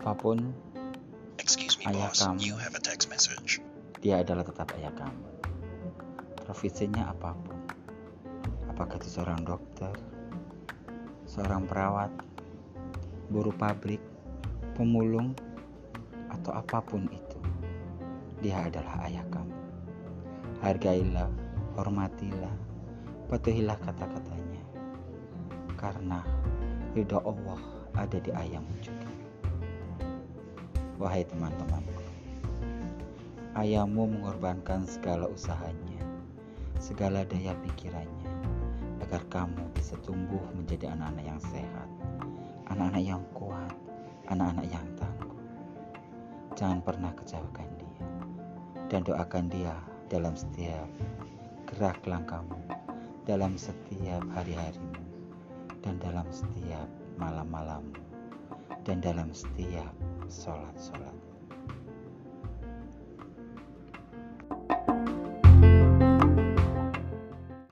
Apapun Excuse me, ayah boss. kamu, You have a text message. dia adalah tetap ayah kamu. Profesinya apapun, apakah itu seorang dokter, seorang perawat, buruh pabrik, pemulung, atau apapun itu, dia adalah ayah kamu. Hargailah, hormatilah, patuhilah kata-katanya, karena ridho Allah ada di ayahmu juga. Wahai teman-temanku, ayahmu mengorbankan segala usahanya, segala daya pikirannya, agar kamu bisa tumbuh menjadi anak-anak yang sehat, anak-anak yang kuat, anak-anak yang tangguh. Jangan pernah kecewakan dia, dan doakan dia dalam setiap gerak langkahmu, dalam setiap hari-harimu, dan dalam setiap malam-malammu, dan dalam setiap sholat-sholatmu.